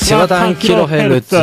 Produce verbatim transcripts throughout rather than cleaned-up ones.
セバタンキロヘルツ。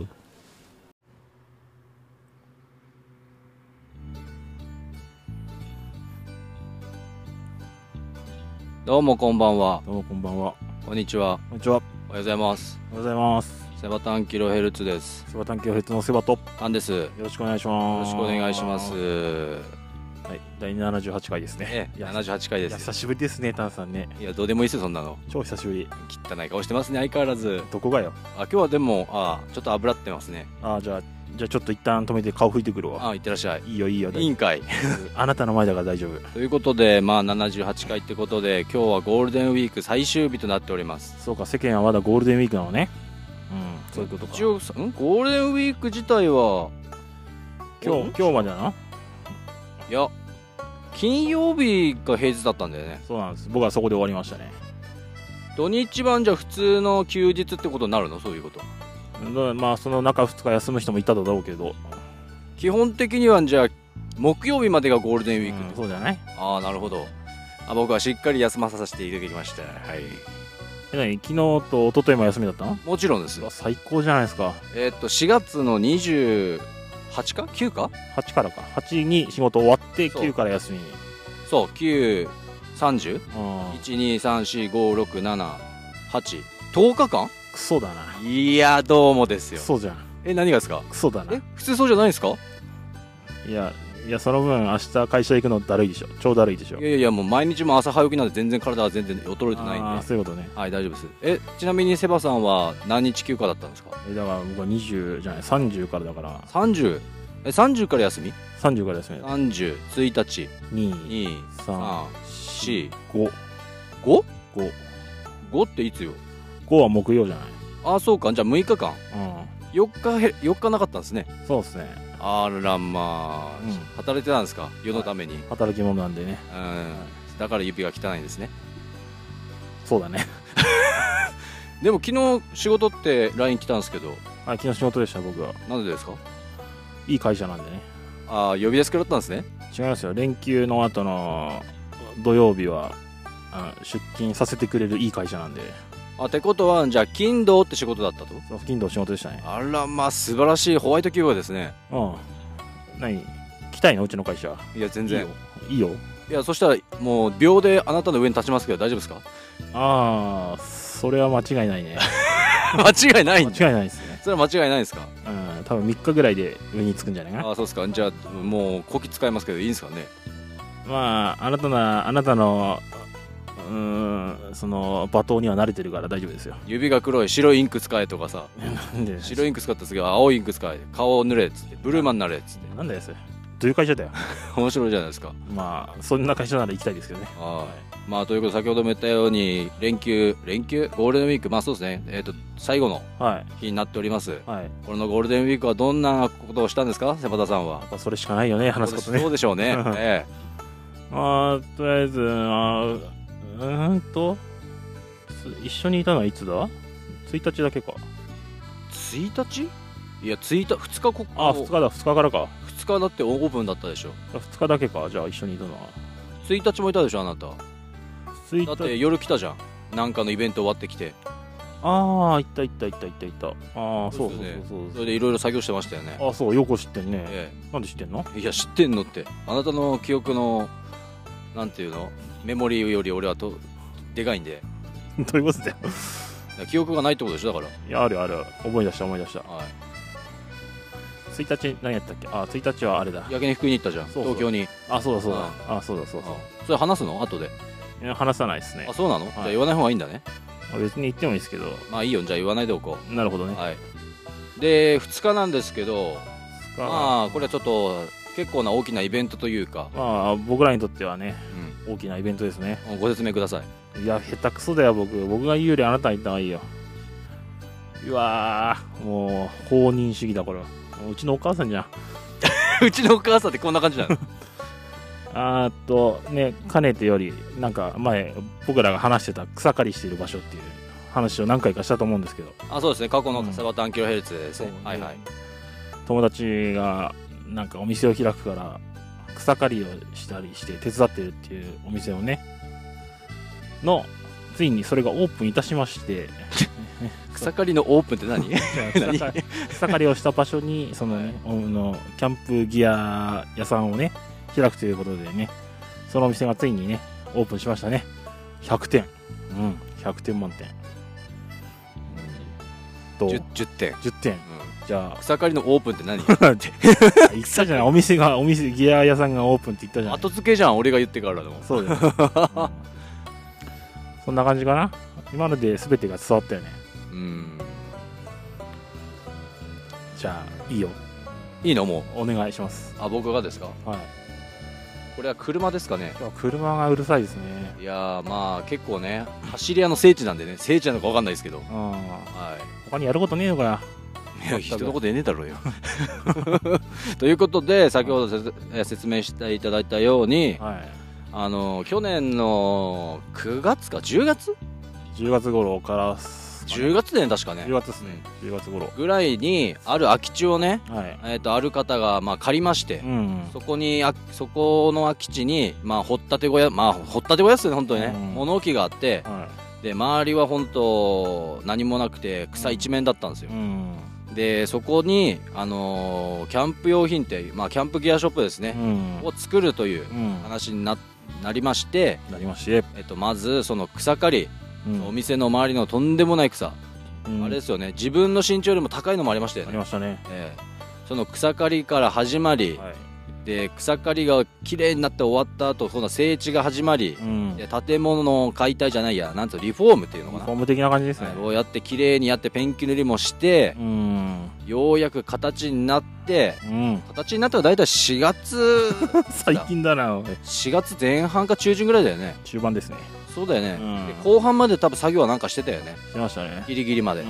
どうもこんばんは。 どうもこんばんは。 こんにちは。 こんにちは。 おはようございます。 おはようございます。 セバタンキロヘルツです。 セバタンキロヘルツのセバとアンです。よよろしくお願いします。 ろしくお願いします。 はい、だいななじゅうはちかいですね。 ええ、ななじゅうはちかいです。 久しぶりですね、タンさんね。 いや、どうでもいいですよ、そんなの。 超久しぶり。 汚い顔してますね、相変わらず。 どこがよ。 あ、今日はでも、あ、ちょっと油ってますね。 あ、じゃあ、じゃあちょっと一旦止めて顔拭いてくるわ。 あ、いってらっしゃい。 いいよいいよ。 いいんかい。 あなたの前だから大丈夫。 ということで、まあ、ななじゅうはちかいってことで、今日はゴールデンウィーク最終日となっております。 そうか、世間はまだゴールデンウィークなのね。うん、そういうことか。 一応、んゴールデンウィーク自体は、 今日、今日までなの？ いや、金曜日が平日だったんだよね。 そうなんです。僕はそこで終わりましたね。 土日版じゃ普通の休日ってことになるの？そういうこと。 まあ、その中ふつか休む人もいただろうけど。 基本的にはじゃあ、木曜日までがゴールデンウィークって、 うん、そうじゃない？ ああ、なるほど。あ、僕はしっかり休まさせていただきました。はい。 え、何？昨日と一昨日も休みだったの？ もちろんです。 最高じゃないですか。 えー、っと、しがつのにじゅうはちか ?きゅう かはちからか。はちに仕事終わってきゅうから休み。 そう、きゅう、さんじゅう、 うん、 いち、に、さん、よん、ご、ろく、なな、はち、とおかかん？ クソだな。 いや、どうもですよ。 クソじゃん。 え、何がですか？ クソだな。 え、普通そうじゃないですか？ いや、いや、その分明日会社行くのだるいでしょ。超だるいでしょ。 いやいや、もう毎日も朝早起きなんで全然体は全然衰えてないんで。 ああ、そういうことね。 はい、大丈夫です。え、ちなみにセバさんは何日休暇だったんですか？ え、だから僕はにじゅうじゃない、さんじゅうからだから。 さんじゅう？え、さんじゅうから休み？ さんじゅうから休みだ。 さんじゅう、ついたち、 に、 に、さん、よん、 ご。 ご？ ご。 ご っていつよ？ ごは木曜じゃない。 あ、そうか。じゃあむいかかん。 うん。 よっかへ、よっかなかったんですね。 そうですね。 あらまあ、 うん、 働いてたんですか？世のために。 働き者なんでね。 うん。だから指が汚いんですね。 そうだね。 でも昨日仕事って ライン 来たんですけど。 はい、昨日仕事でした、僕は。 なんでですか？ いい会社なんでね。 ああ、呼び出しくらったんですね。 違いますよ。連休の後の土曜日はあ出勤させてくれるいい会社なんで。 あ、ってことは、じゃあ、金土って仕事だったと？ そう、金土仕事でしたね。 あらまあ、素晴らしいホワイト企業ですね。 うん。何来たいの？うちの会社。 いや、全然。 いいよ。いいよ。 いや、そしたら、もう、秒であなたの上に立ちますけど、大丈夫ですか？ ああ、それは間違いないね。 間違いないんだ。 間違いないですね。 それは間違いないですか？ うん、多分みっかぐらいで上に着くんじゃないかな。 ああ、そうですか。じゃあ、もう、こき使いますけど、いいんですかね？ まあ、あなたの、あなたの、うーん、その、罵倒には慣れてるから大丈夫ですよ。 指が黒い、白いインク使えとかさ。 なんで白いインク使った次は青いインク使え。顔を塗れっつって。ブルーマンになれっつって。 なんだよ、それ。どういう会社だよ。 面白いじゃないですか。 まあ、そんな会社なら行きたいですけどね。 はい。まあ、ということで、先ほども言ったように、連休、連休ゴールデンウィーク、まあそうですね。えっと、最後の日になっております。 はい。 このゴールデンウィークはどんなことをしたんですか？セバタさんは。 やっぱそれしかないよね、話すことね。 そうでしょうね。ええ。 まあ、とりあえず、あうーんと、一緒にいたのはいつだ ?ついたち だけか。 ついたち？いや、ついた、ふつかこ、 あ、ふつかだ、ふつかからか。 ふつかだってオープンだったでしょ。 ふつかだけか、じゃあ一緒にいたのは。 ついたちもいたでしょ、あなた。 ついただって夜来たじゃん。なんかのイベント終わってきて。 ああ、いったいったいったいったいった。ああ、そうそうそうそう。 それでいろいろ作業してましたよね。 ああ、そう、よく知ってんね。 えなんで知ってんの？ え。いや、知ってんのって。あなたの記憶の、なんていうの？メモリーより俺はと、でかいんで。 どういうことだよ。 記憶がないってことでしょ、だから。 いや、あるある。思い出した思い出した。 はい。 ついたち何やったっけ？あ、ついたちはあれだ。 焼肉食いに行ったじゃん。 そうそう東京に。 あ、そうだそうだ。あ、そうだそうそう。 それ話すの？後で。 いや、話さないですね。 あ、そうなの？ はい、 じゃあ言わない方がいいんだね。 別に言ってもいいですけど。 まあいいよ、じゃあ言わないでおこう。なるほどね。 はい。で、ふつかなんですけど、まあ、これはちょっと、結構な大きなイベントというか。 まあ、僕らにとってはね、うん、大きなイベントですね。 ご説明ください。いや、下手くそだよ、僕。僕が言うよりあなたに言った方がいいよ。うわー、もう、放任主義だ、これは。うちのお母さんじゃん。 うちのお母さんってこんな感じなの？ あーっとね、かねてよりなんか前僕らが話してた草刈りしている場所っていう話を何回かしたと思うんですけど。 あ、そうですね。過去のセバタンキロヘルツですね。うん、はいはい。 友達がなんかお店を開くから草刈りをしたりして手伝ってるっていうお店をねのついにそれがオープンいたしましてね、 草刈りのオープンって何草刈り草刈りをした場所にそのね、はい、のキャンプギア屋さんをね開くということでね、そのお店がついにねオープンしましたね。ひゃくてん、うん、ひゃくてん満点、 うん、と 10, 10点じゅってん、うん、じゃあ草刈りのオープンって何言ったじゃない、お店がお店ギア屋さんがオープンって言ったじゃない。 後付けじゃん、俺が言ってからだもん。 そうだよ、ね、うん、そんな感じかな。今ので全てが伝わったよね。うん。じゃあいいよ。 いいのもうお願いします。 あ、僕がですか。はい。これは車ですかね。 車がうるさいですね。 いやー、まあ結構ね、走り屋の聖地なんでね、聖地なのか分かんないですけど、うん、はい、 他にやることねえのかな。 いや、人のこと言えねえだろうよということで、先ほど説明していただいたように、はい、あの去年のくがつかじゅうがつじゅうがつ頃からじゅうがつでね、確かね、 じゅうがつですね、じゅうがつ頃ぐらいにある空き地をね、はい、えー、とある方がまあ借りまして、うん、そこにあそこの空き地にまあ掘ったて小屋、まあ掘ったて小屋ですよね、本当にね、うん、物置があって、はい、で周りは本当何もなくて草一面だったんですよ、うん、でそこに、あのー、キャンプ用品店、まあ、キャンプギアショップですね、うん、を作るという話に な, なりましてなりまして、 えっと、まずその草刈り、うん、お店の周りのとんでもない草、うん、あれですよね、自分の身長よりも高いのもありましたよね。 ありましたね、 えー、その草刈りから始まり、はい、で草刈りがきれいになって終わった後、その整地が始まり、うん、で建物の解体じゃないや、なんとリフォームっていうのかな、 リフォーム的な感じですね、はい、 をやってきれいにやってペンキ塗りもして、うん、ようやく形になって、うん、形になったらだいたいしがつ最近だな。 しがつぜん半か中旬ぐらいだよね。 中盤ですね。 そうだよね、うん、で後半まで多分作業はなんかしてたよね。 しましたね、 ギリギリまで、うん、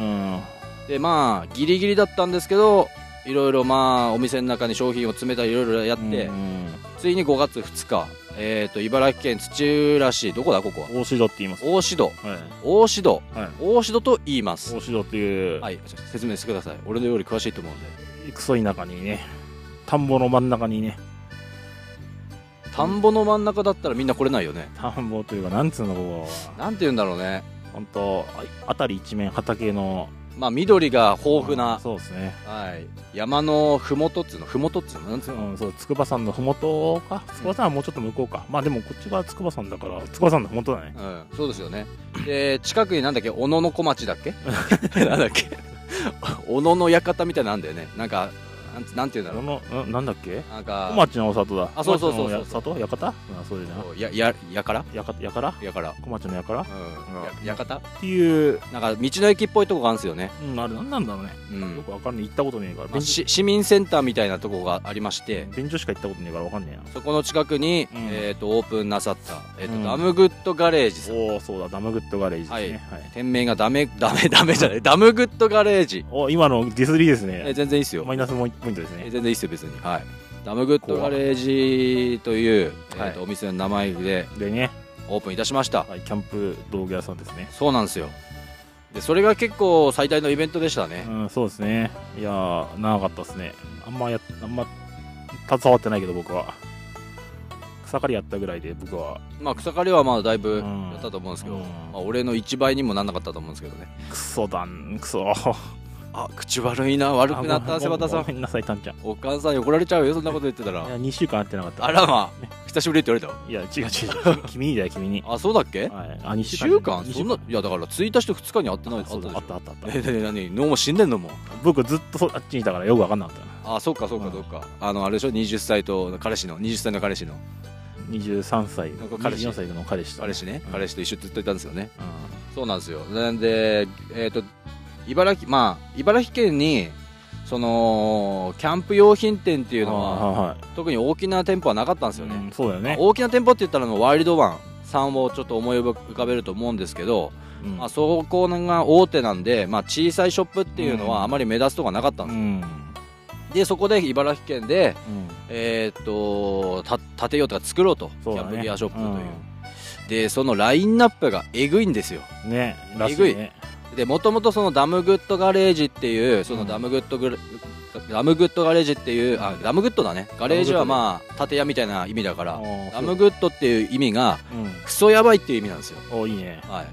でまあギリギリだったんですけど、いろいろまあお店の中に商品を詰めたりいろいろやって、うん、ついにごがつふつか、えー、と茨城県土浦市、どこだここは。 大志戸って言います。 大志戸、はい、大志戸、はい、大志戸と言います。 大志戸っていう、 はい、説明してください。俺のより詳しいと思うんで。 クソ田舎にね、田んぼの真ん中にね、 田んぼの真ん中だったらみんな来れないよね。 田んぼというか、なんつうの、ここなんて言うんだろうね、 本当辺り一面畑の、 まあ緑が豊富な、 うん、そうですね、 はい、山のふもとっつうの、ふもとっつうの、なんつうの、 うん、そう、筑波山のふもとか、筑波山はもうちょっと向こうか、まあでもこっちが筑波山だから筑波山のふもとだね。 うん、そうですよね。で近くになんだっけ、小野の小町だっけなんだっけ小野の館みたいなのあんだよね、なんかなん、なんていうんだろう、 このな、なんだっけ、 なんか小町のお里だ。 あ、そうそうそうそう、 里館、あ、そういうな、 やややからやかやからやから小町のやから、 うん、や館っていうなんか道の駅っぽいとこがあるんですよね。 うん、あれなんなんだろうね、うん、よくわかんない、行ったことねえから、 まあ、し市民センターみたいなとこがありまして、 便所しか行ったことねえからわかんねえな。 そこの近くに、うん、えー、とオープンなさった、えーとうん、ダムグッドガレージさん。 おお、そうだ、ダムグッドガレージですね、はいはい、 店名がダメダメダメじゃないダムグッドガレージ。 お、今のディスリーですね。 え全然いいっすよ、 マイナスポイントですね。 え全然いいっすよ別に。はい、ダムグッドガレージという、えー、とお店の名前ででねオープンいたしました、 はい、キャンプ道具屋さんですね。 そうなんですよ。でそれが結構最大のイベントでしたね。 うん、そうですね。いやー、長かったですね。あんまやあんま携わってないけど、僕は草刈りやったぐらいで、僕はまあ草刈りはまあだいぶやったと思うんですけど、うん、まあ、俺のいちばいにもなんなかったと思うんですけどね。 クソだん、クソあ、口悪いな、悪くなった、瀬端さん。 ごめんなさい、たんちゃん。 お母さんに怒られちゃうよ、そんなこと言ってたら。 いや、にしゅうかん会ってなかった。 あらまあ、ね、久しぶりって言われた。 いや、違う違う、君にだよ、君に。 あ、そうだっけ、 はい、 あ、にしゅうかんそんな、いや、だからついたちとふつかに会ってない。あったあったあったあった。 え、なに、脳も死んでんのも。 僕ずっとあっちにいたからよく分かんなかったな。あ、そうかそうかそうか。あの、あれでしょ、はたちと彼氏の、はたちの彼氏の。 にじゅうさんさい、 彼氏よんさいの彼氏と。 彼氏ね、彼氏と一緒にずっといたんですよね。そうなんですよ。なんで、えっと、茨城、まあ、茨城県に、そのキャンプ用品店っていうのは、はい、特に大きな店舗はなかったんですよね、うん、 そうだよね。 大きな店舗って言ったらのワイルドワンさんをちょっと思い浮かべると思うんですけど、うん、まあ、そこが大手なんで、まあ、小さいショップっていうのはあまり目立つとこなかったんですよ、うん、でそこで茨城県で、うん、えー、っとた建てようとか作ろうと、キャンプギアショップという、うん、でそのラインナップがえぐいんですよね。 えぐいね。でもともとそのダムグッドガレージっていうそのダムグッドグ、うん、ダムグッドガレージっていうあダムグッドだね。ガレージはまあ建屋みたいな意味だから、ダムグッドっていう意味が、うん、クソやばいっていう意味なんですよ。 お、いいね。 はい、ク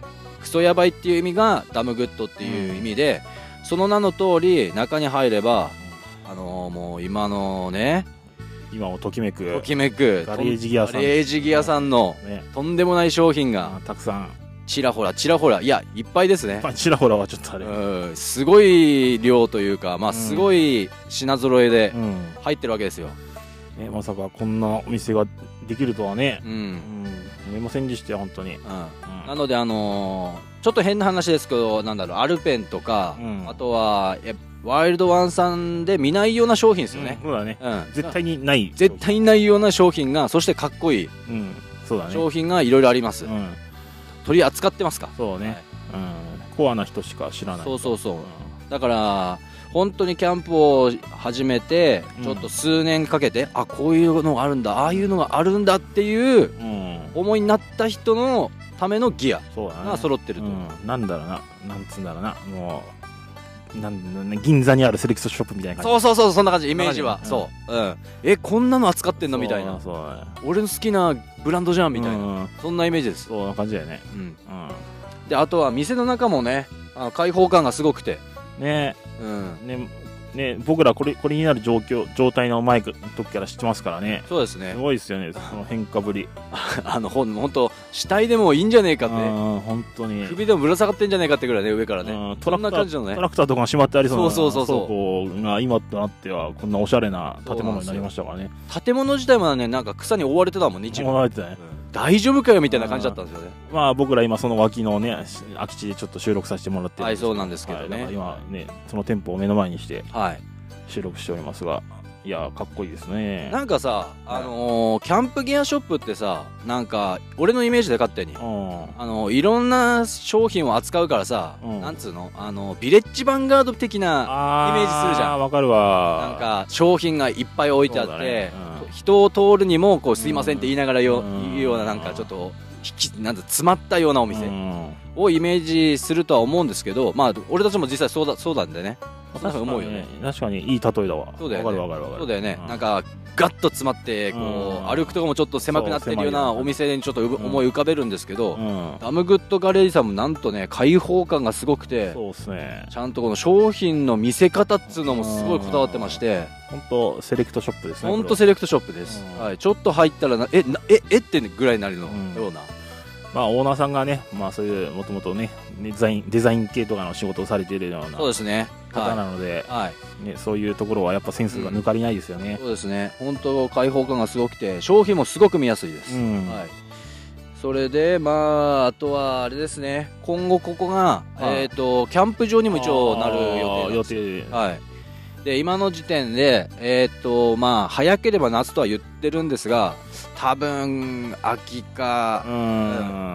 クソやばいっていう意味がダムグッドっていう意味で、うん、その名の通り中に入れば、うん、あのー、もう今のね今をときめくときめくガレージギアさんガレージギアさんのとんでもない商品がたくさんちらほらちらほらいやいっぱいですね。 ちらほらはちょっとあれ、 うん、すごい量というか、まあ、すごい品揃えで入ってるわけですよ、 うんね、まさかこんなお店ができるとはね、うん、うん、思いませんでしたよ本当に、うんうん、なのであのー、ちょっと変な話ですけどなんだろうアルペンとか、うん、あとはワイルドワンさんで見ないような商品ですよね、 うん、そうだね、うん、絶対にない絶対にないような商品がそしてかっこいい、 うん、そうだね、 商品がいろいろあります、うん、取り扱ってますか。 そうね、はい、うん、コアな人しか知らない。 そうそうそう、うん、だから本当にキャンプを始めてちょっと数年かけて、うん、あこういうのがあるんだああいうのがあるんだっていう思いになった人のためのギアが揃ってると、 うん、なんだろうななんつうんだろうなもうなん銀座にあるセレクトショップみたいな感じ。そうそうそうそんな感じイメージは、うん、そう、うん、えこんなの扱ってんのみたいな、 そう、ね、 俺の好きなブランドじゃんみたいな、うん、そんなイメージです。 そんな感じだよね、うん、うん、 であとは店の中もねあの開放感がすごくてね、うん、ねね、僕らこれこれになる状況状態の前の時から知ってますからね。 そうですね、 すごいですよねその変化ぶりあのほん本当死体でもいいんじゃねえかって、 本当に首でもぶら下がってんじゃねえかってぐらいね上からね、 トラクター、ね、トラクターとかがしまってありそうなそうそうそうそう倉庫が今となってはこんなおしゃれな建物になりましたからね。 建物自体もねなんか草に覆われてたもんね一部。 覆われてたね、 うん、大丈夫かよみたいな感じだったんですよね。 まあ僕ら今その脇のね空き地でちょっと収録させてもらってるんですけど、 はいそうなんですけどね、 はい、今ねその店舗を目の前にして、 はい収録しておりますが、いやかっこいいですね。 なんかさ、あのー、キャンプギアショップってさなんか俺のイメージで勝手に、うん、あのいろんな商品を扱うからさ、うん、なんつうのあのビレッジヴァンガード的なイメージするじゃん。 あわかるわ。 なんか商品がいっぱい置いてあって、ねうん、人を通るにもこうすいませんって言いながらよ、うん、言うようななんかちょっと引きなんか詰まったようなお店をイメージするとは思うんですけど、まあ俺たちも実際そうだそうなんでね。確かに思うよね。 確かにいい例えだわ。 そうだよね。 わかるわかるわかる。 そうだよね。なんかガッと詰まってこう歩くとこもちょっと狭くなってるようなお店にちょっと思い浮かべるんですけど、ダムグッドガレージさんもなんとね開放感がすごくて、 そうですね。 ちゃんとこの商品の見せ方っつうのもすごいこだわってまして、 本当セレクトショップですね。 本当セレクトショップです。はい。ちょっと入ったらなえなええってぐらいになるのような。 まあオーナーさんがね、まあそういうもともとねデザインデザイン系とかの仕事をされているようなそうですね方なので、はいね、そういうところはやっぱセンスが抜かりないですよね。うん、 そうですね。本当開放感がすごくて商品もすごく見やすいです。うん、はい。それでまああとはあれですね。今後ここが、はい、えっ、ー、とキャンプ場にも一応なる予定です。はい。で今の時点でえっ、ー、とまあ早ければ夏とは言ってるんですが。多分秋か、うん、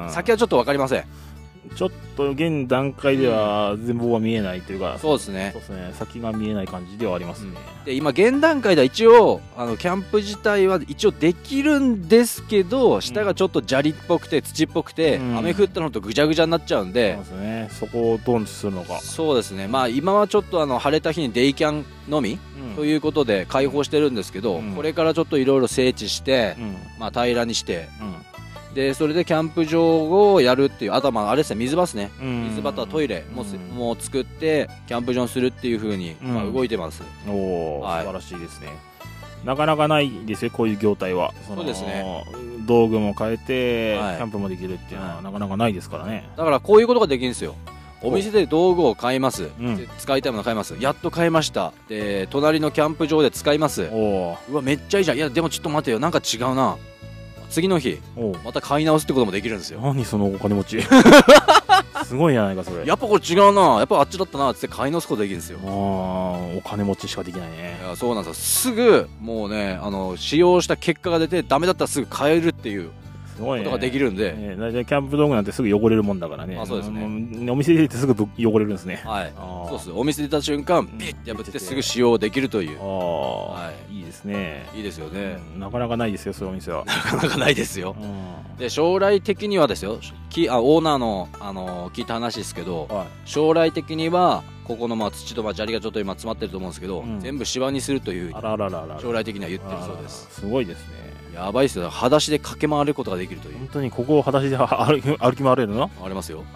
先はちょっと分かりません。 ちょっと現段階では全貌は見えないというか、 うん、そうですね。 そうですね。先が見えない感じではありますね。 うん、で今現段階では一応あのキャンプ自体は一応できるんですけど、下がちょっと砂利っぽくて土っぽくて、うん、雨降ったのとぐちゃぐちゃになっちゃうんで、 そうですね。そこをどうするのか。 そうですね。まあ今はちょっとあの晴れた日にデイキャンのみ、うん、ということで開放してるんですけど、うん、これからちょっといろいろ整地して、うん、まあ平らにして。うんでそれでキャンプ場をやるっていうあとはまああれですね水バスね水場とトイレももう作ってキャンプ場にするっていう風にまあ動いてます。 おお、はい、素晴らしいですね。なかなかないですよこういう業態は。 そうですね。 道具も変えて、はい、キャンプもできるっていうのはなかなかないですからね。 だからこういうことができるんですよ。お店で道具を買います、うん、使いたいもの買いますやっと買いましたで隣のキャンプ場で使います。おうわめっちゃいいじゃん。いやでもちょっと待てよなんか違うな次の日また買い直すってこともできるんですよ。 何そのお金持ちすごいじゃないかそれ。 やっぱこれ違うなやっぱあっちだったなって買い直すことできるんですよ。 あお金持ちしかできないね。 いやそうなんですよ。すぐもうねあの使用した結果が出てダメだったらすぐ買えるっていうことができるんで、 ね、大体キャンプ道具なんてすぐ汚れるもんだからね。 あそうですね。 お店で出てすぐ汚れるんですね。 はいそうです。お店で出た瞬間ピッて破ってすぐ使用できるという。あはい、いいですね。 いいですよね、 うん、なかなかないですよそういうお店は。 なかなかないですよ、うん、で将来的にはですよきあオーナーの、あのー、聞いた話ですけど、はい、将来的にはここのまあ土とまあ砂利がちょっと今詰まってると思うんですけど、うん、全部芝にするという将来的には言ってるそうです。 すごいですね。 やばいですよ。裸足で駆け回ることができるという。 本当にここを裸足で歩き、歩き回れるの？ ありますよ。 あんな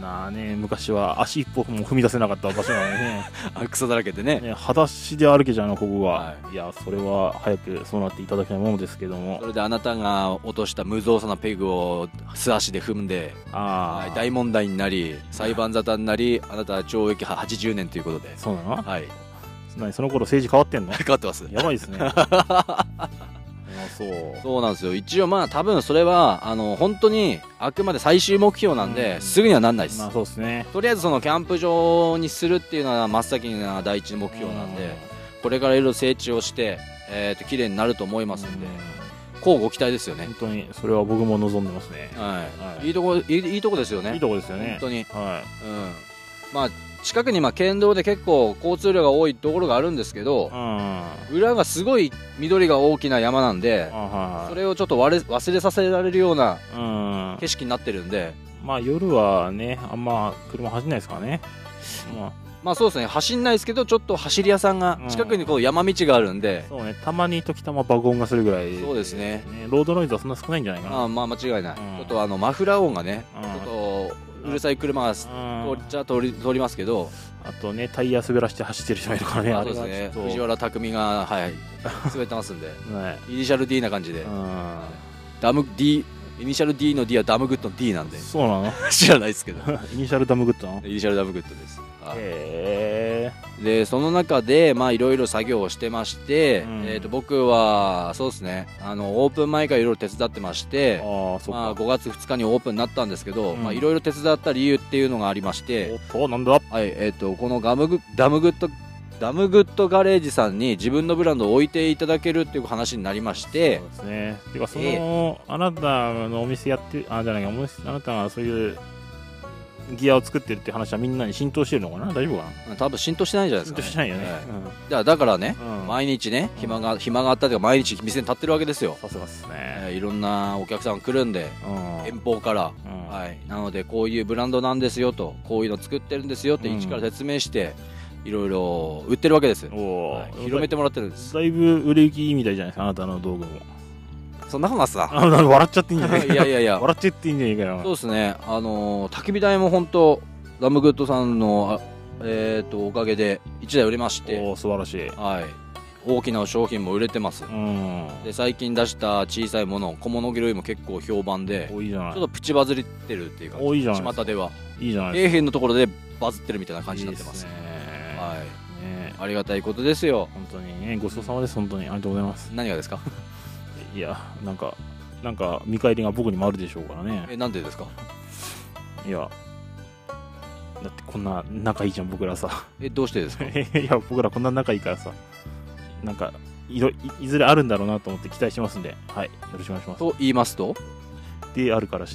まあね、昔は足一歩も踏み出せなかった場所なのにねあ草だらけでねね、裸足で歩けちゃうのここが、 はい、 いやそれは早くそうなっていただきたいものですけども、 それであなたが落とした無造作なペグを素足で踏んで、 あ、 はい、大問題になり裁判沙汰になり、あなたは懲役はちじゅうねんということで。 そうなの？ はい。 何その頃政治変わってんの？ 変わってます。 やばいですねそうそうなんですよ。一応まあ多分それはあの本当にあくまで最終目標なんで、 うん、 すぐにはなんないです。 まあそうですね。 とりあえずそのキャンプ場にするっていうのは真っ先な第一目標なんで、うん、これからいろいろ成長してえっと綺麗になると思いますんで、乞うご期待ですよね。 本当にそれは僕も望んでますね。 はい。はい、いいとこいいいいとこですよね。 いいとこですよね。 本当に。 はい。うん。 まあ近くにまあ県道で結構交通量が多いところがあるんですけど、うん、裏がすごい緑が大きな山なんで、はい、それをちょっと割れ忘れさせられるような景色になってるんで、 うん、まあ夜はねあんま車走んないですからね。 まあまあそうですね、走んないですけどちょっと走り屋さんが近くにこう山道があるんで、 うん、そうね、たまに時たま爆音がするぐらい、 そうですね、 ね、ロードノイズはそんな少ないんじゃないかな。 あまあ間違いない、うん、ちょっとあのマフラー音がね、うん、ちょっとうるさい車が通っちゃ通り通りますけど、 あとねタイヤ滑らして走ってる人がいるからね。 あそうですね、藤原匠がはい滑ってますんで、はい、イニシャル D な感じで、ダム D、イニシャル D の D はダムグッドの D なんで。 そうなの？ 知らないですけどイニシャルダムグッドなの？ イニシャルダムグッドです。 へー。でその中でまあいろいろ作業をしてまして、うん、えー、と僕はそうですね、あのオープン前からいろいろ手伝ってまして、あまあ、ごがつふつかにオープンになったんですけど、いろいろ手伝った理由っていうのがありまして、 おっとなんだ、 はい、えー、とこのガムグダムグッドダムグッドガレージさんに自分のブランドを置いていただけるっていう話になりまして、 そうですね。てかその、えー、あなたのお店やってあじゃないか、あなたがそういうギアを作ってるって話はみんなに浸透してるのかな？大丈夫かな？ 多分浸透してないんじゃないですか、ね、 浸透してないよね、 はい、うん、だからね、うん、毎日ね暇が暇があったりとか毎日店に立ってるわけですよ。 さすがですね、 えー、いろんなお客さんが来るんで、うん、遠方から、うん、はい、なのでこういうブランドなんですよと、こういうの作ってるんですよって一から説明して、うん、いろいろ売ってるわけです。お、はい、広めてもらってるんです。 だいぶ売れ行きいいみたいじゃないですか、あなたの道具も。 そんなことさあなんか笑っちゃっていいんじゃないいやいやいや笑っちゃっていいんじゃないかよ。 そうですね、あのー、焚き火台も本当ダムグッドさんの、えー、とおかげでいちだい売れまして、 お素晴らしい、 はい、大きな商品も売れてます。うん、で最近出した小さいもの小物拾いも結構評判で、 おいいじゃない、 ちょっとプチバズってるっていうか、 おいいじゃない、 巷ではいいじゃない、 底辺のところでバズってるみたいな感じになってます。いいですね、はいね、ありがたいことですよ本当にね。ごちそうさまです、本当にありがとうございます。 何がですかいやなんかなんか見返りが僕にもあるでしょうからね。 えなんでですか？いやだってこんな仲いいじゃん僕らさ。 えどうしてですか？いや僕らこんな仲いいからさ、なんか い, い, いずれあるんだろうなと思って期待してますんで、はい、よろしくお願いします。 と言いますとであるからして、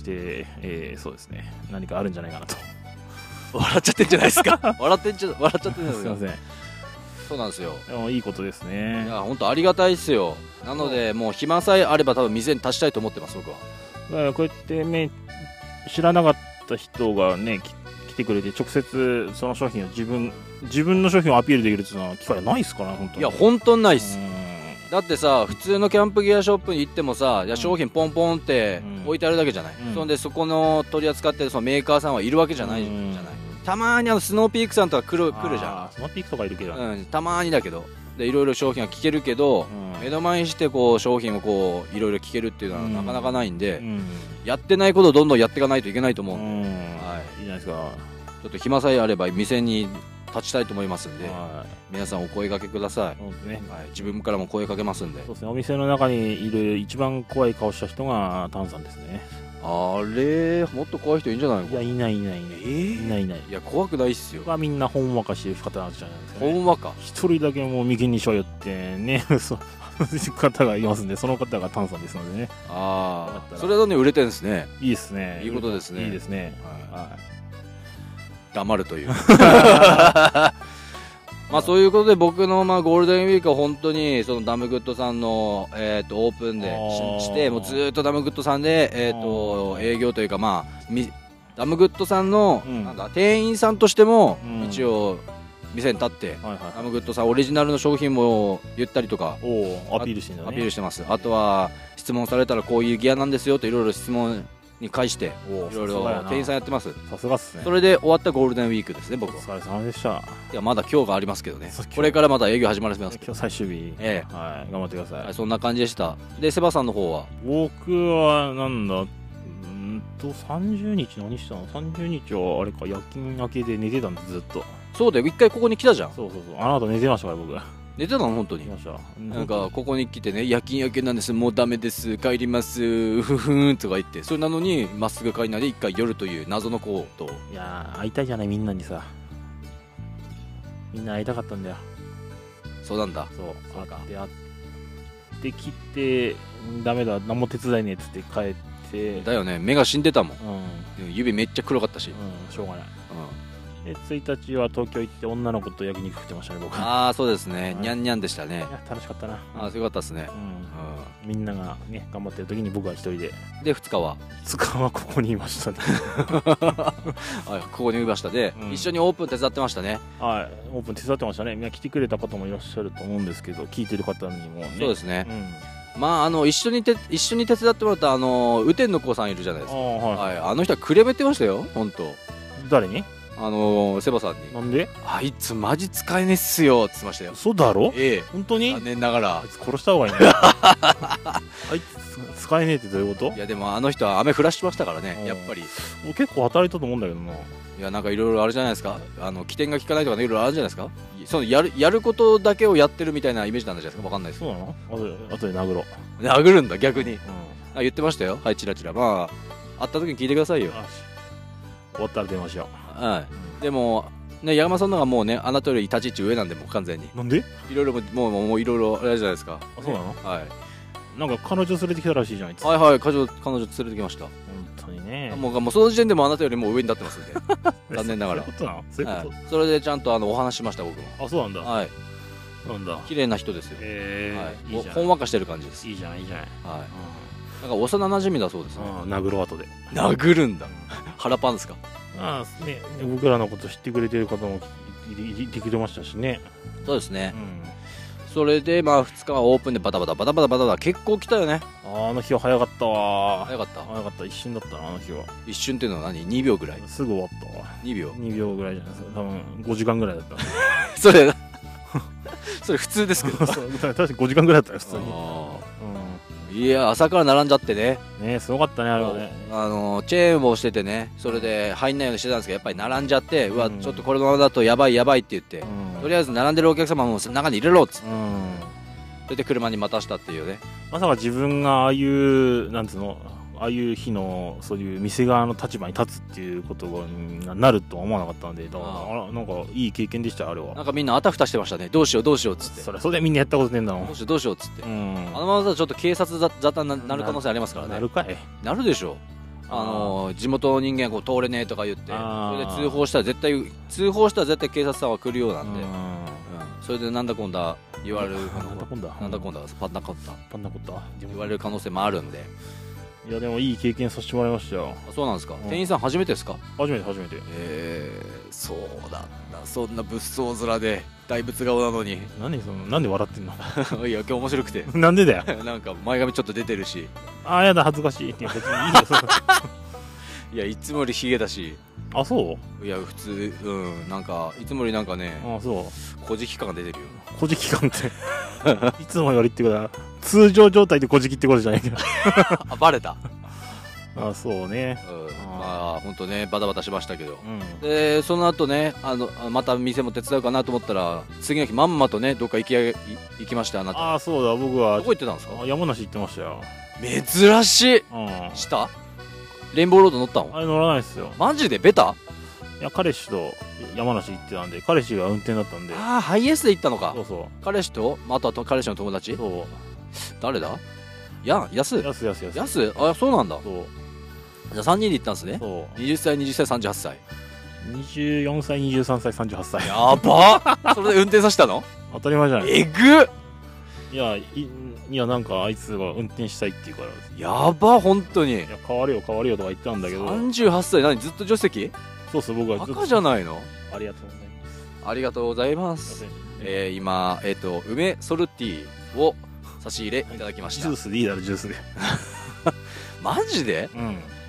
えー、そうですね、何かあるんじゃないかなと。 笑っちゃってんじゃないですか笑ってんじゃ笑っちゃってんじゃないですか。すいません。そうなんですよ。 でもいいことですね。 いや本当ありがたいですよ。なのでもう暇さえあれば多分店に立ちたいと思ってます僕は。 だからこうやってね知らなかった人がね来てくれて直接その商品を自分自分の商品をアピールできるっていうのは機会ないですから本当に。 いや本当にないっす。だってさ普通のキャンプギアショップに行ってもさ、いや商品ポンポンって置いてあるだけじゃない、うん、そんでそこの取り扱ってるそのメーカーさんはいるわけじゃないじゃない、うん、たまーにあのスノーピークさんとか来る来るじゃん。 スノーピークとかいるけど、 うん、たまーにだけどでいろいろ商品は聞けるけど、うん、目の前にしてこう商品をこういろいろ聞けるっていうのはなかなかないんで、うん、やってないことをどんどんやっていかないといけないと思うんで、うん、はい、いいじゃないですか。ちょっと暇さえあれば店に立ちたいと思いますんで、はい、皆さんお声掛けください、ね、はい、自分からも声かけますんで。 そうですね、お店の中にいる一番怖い顔した人がタンさんですね。 あれもっと怖い人いいんじゃないの？ いやいないいないいない、えー、いないいない。 いや怖くないっすよ。 はみんなほんわかしてる方なんじゃないですか、ね、 ほんわか一人だけもう右にしようよってねそう方がいますんで、その方がタンさんですのでね。 ああそれはね売れてるんですね。 いいですね、 いいことですね。 いいですね、はい、はい、 黙るというまあそういうことで僕のまあゴールデンウィークは本当にそのダムグッドさんのえっとオープンでしてもうずっとダムグッドさんでえっと営業というかまあダムグッドさんのなんだ店員さんとしても一応店に立ってダムグッドさんオリジナルの商品も言ったりとかアピールしてんだね。 アピールしてます。あとは質問されたらこういうギアなんですよといろいろ質問に返していろいろ店員さんやってます。 さすがっすね。 それで終わったゴールデンウィークですね、僕は。 お疲れ様でした。 いやまだ今日がありますけどね、これからまた営業始まりますけど、 今日最終日、 ええ、 はい、頑張ってください。 はい、そんな感じでした。でセバさんの方は？ 僕はなんだうんとさんじゅうにち何したの？さんじゅうにちはあれか、夜勤明けで寝てたんでずっと。 そうだよ、一回ここに来たじゃん。 そうそうそう、あなた寝てましたから僕。 寝てたの本当に？なんかここに来てね、夜勤明けなんです、もうダメです、帰ります、うふふんとか言って、それなのにまっすぐ帰んないで一回夜という謎の子と。 いやー会いたいじゃない、みんなにさ。みんな会いたかったんだよ。 そうなんだ。 そう、そうか。で会ってきてダメだ、何も手伝いねえっつって帰って。 だよね、目が死んでたもん、 うん、 指めっちゃ黒かったし、 うん、しょうがない。でついたちは東京行って女の子と焼肉食ってましたね、僕。 ああそうですね、にゃんにゃんでしたね。いや楽しかったな。 ああすごかったですね。 うん、みんながね頑張ってる時に僕は一人で。 でふつかはふつかはここにいましたね。 はい、ここにいましたで、一緒にオープン手伝ってましたね。 はい、オープン手伝ってましたね。みんな来てくれた方もいらっしゃると思うんですけど、聞いてる方にもね。 そうですね、まああの一緒にて一緒に手伝ってもらったあの雨天の子さんいるじゃないですか。はい、あの人はくれべってましたよ、本当。 誰に？ あのー、セバさんに。 なんで？ あいつマジ使えねえっすよって言ってましたよ。 そうだろ？ ええ、 本当に？ 残念ながらあいつ殺した方がいいね。あいつ使えねえってどういうこと？ いやでもあの人は雨降らしてましたからね、やっぱり。 結構働いたと思うんだけどな。いやなんかいろいろあるじゃないですか、あの起点が効かないとかね、いろいろあるじゃないですか。そのやるやることだけをやってるみたいなイメージなんじゃないですか。わかんないです。 そうなの？あとで殴ろう。 殴るんだ逆に。うん、あ言ってましたよ。はい、チラチラ。まあ会った時に聞いてくださいよ。 終わったら電話しよう。はい。でもね、山さんのがもうね、あなたより立ち位置上なんで、もう完全に。 なんで？ いろいろもうもうもういろいろあれじゃないですか。 あ、そうなの？ はい。 なんか彼女連れてきたらしいじゃないですか。 はいはい、彼女彼女連れてきました。 本当にね。 もうもうその時点でもあなたよりも上になってますんで。残念ながら。 そういうことなの？そういうこと？ はい、それでちゃんとあのお話しました僕も。 あ、そうなんだ。 はい。 なんだ。 綺麗な人ですよ。 ええ、 はい。ほんわかしてる感じです。 いいじゃんいいじゃん。はい。 なんか幼馴染だそうですね。 殴ろう後で。 殴るんだ。腹パンですか？ ああね、僕らのこと知ってくれてる方もいてくれましたしね。 そうですね。それでまあふつかはオープンでバタバタバタバタバタバタ結構来たよね。 あの日は早かったわ。 早かった早かった。一瞬だったな、あの日は。 一瞬っていうのは何？にびょうぐらい？ すぐ終わったわ。 にびょう？ にびょうぐらいじゃないですか。多分ごじかんぐらいだったそれそれ普通ですけど。 確かにごじかんぐらいだったよ普通に。 いや朝から並んじゃってね。 ね、すごかったねあれはね。 あのチェーンをしててね、それで入んないようにしてたんですけど、やっぱり並んじゃって、うわちょっとこのままだとやばいやばいって言って、とりあえず並んでるお客様も中に入れろっつって、それで車に待たしたっていうね。まさか自分がああいうなんつうの、ああいう日のそういう店側の立場に立つっていうことがなるとは思わなかったので、だからあらなんかいい経験でした。あれはなんかみんなあたふたしてましたね。どうしようどうしようっつって、それそれでみんなやったことねえんだもん。どうしようどうしようっつって、うん、あのままだとちょっと警察沙汰になる可能性ありますからね。なるかい？なるでしょう。あのー、地元の人間がこう通れねえとか言って、それで通報したら絶対通報したら絶対警察さんは来るようなんで、うん、それでなんだこんだ言われるなんだこんだなんだこんだパンナコッタパンナコッタ言われる可能性もあるんで。いやでもいい経験させてもらいましたよ。あ、そうなんですか。店員さん初めてですか？初めて初めて。えー、そうだったそんな物騒面で大仏顔なのに。何そのなんで笑ってんの？いや今日面白くて。なんでだよ。なんか前髪ちょっと出てるし。あーやだ恥ずかしいって別にいいよ。いやいつもよりヒゲだし。あ、そう？いや普通、うんなんかいつもよりなんかね、あ、そう小じき感が出てるよ。小じき感っていつもよりってことは通常状態で小じきってことじゃないけど。あ、バレた。あ、そうね、うん、まあ本当ねバタバタしましたけど、うん、でその後ねあのまた店も手伝うかなと思ったら次の日まんまとねどっか行き行きました。あなた。あ、そうだ僕はどこ行ってたんですか？山梨行ってましたよ。珍しい、うん、したレインボーロード乗ったの？あれ乗らないですよ。マジでベタ？いや彼氏と山梨行ってたんで、彼氏が運転だったんで。ああハイエースで行ったのか。そうそう。彼氏とあとは彼氏の友達。そう。誰だ？ややすやすやすやすやす。あ、そうなんだ。そう。じゃあさんにんで行ったんですね。そう。にじゅっさいにじゅっさいさんじゅうはっさい。にじゅうよんさいにじゅうさんさいさんじゅうはっさい。やばっ。それで運転させたの？当たり前じゃない。えぐっ。いやいいやなんかあいつが運転したいって言うから。やば本当に。いや変わるよ変わるよとか言ったんだけど。さんじゅうはっさい何ずっと助手席？そうそう僕はずっと。赤じゃないの？ありがとうございます。ありがとうございます。えー、今えっ、ー、と梅ソルティーを差し入れいただきました。ジュースでいいだろジュースで。マジで？うん。い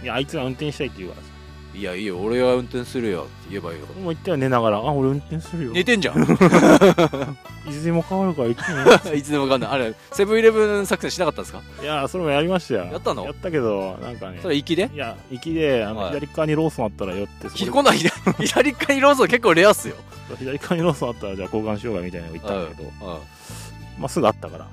いや、あいつが運転したいって言うからさ。 いやいいよ、俺は運転するよって言えばいいよ。 もう言ったよ、寝ながら。あ、俺運転するよ。 寝てんじゃん。 いつでも変わるから言ってね。 いつでもわかんない。あれ、セブンイレブン作戦しなかったんですか？ いや、それもやりましたよ。 やったの？ やったけど、なんかね。 それ行きで？ いや、行きで、あの、 はい左側にローソンあったら寄って、 こんなん左左側にローソン結構レアっすよ。 左側にローソンあったら、じゃあ交換しようかみたいなの言ったんだけど、 うんうんまあ、すぐあったから。